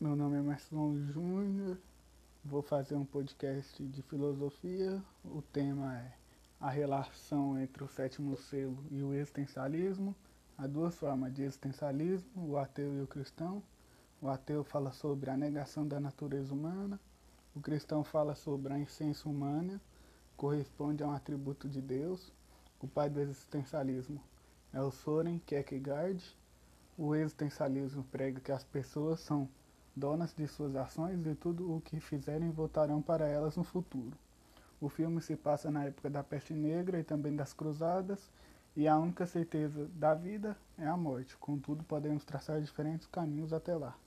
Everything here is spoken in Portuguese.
Meu nome é Marcelão Júnior, vou fazer um podcast de filosofia. O tema é a relação entre o sétimo selo e o existencialismo. Há duas formas de existencialismo, o ateu e o cristão. O ateu fala sobre a negação da natureza humana, o cristão fala sobre a essência humana, corresponde a um atributo de Deus. O pai do existencialismo é o Soren Kierkegaard. O existencialismo prega que as pessoas são donas de suas ações e tudo o que fizerem voltarão para elas no futuro. O filme se passa na época da Peste Negra e também das Cruzadas, e a única certeza da vida é a morte. Contudo, podemos traçar diferentes caminhos até lá.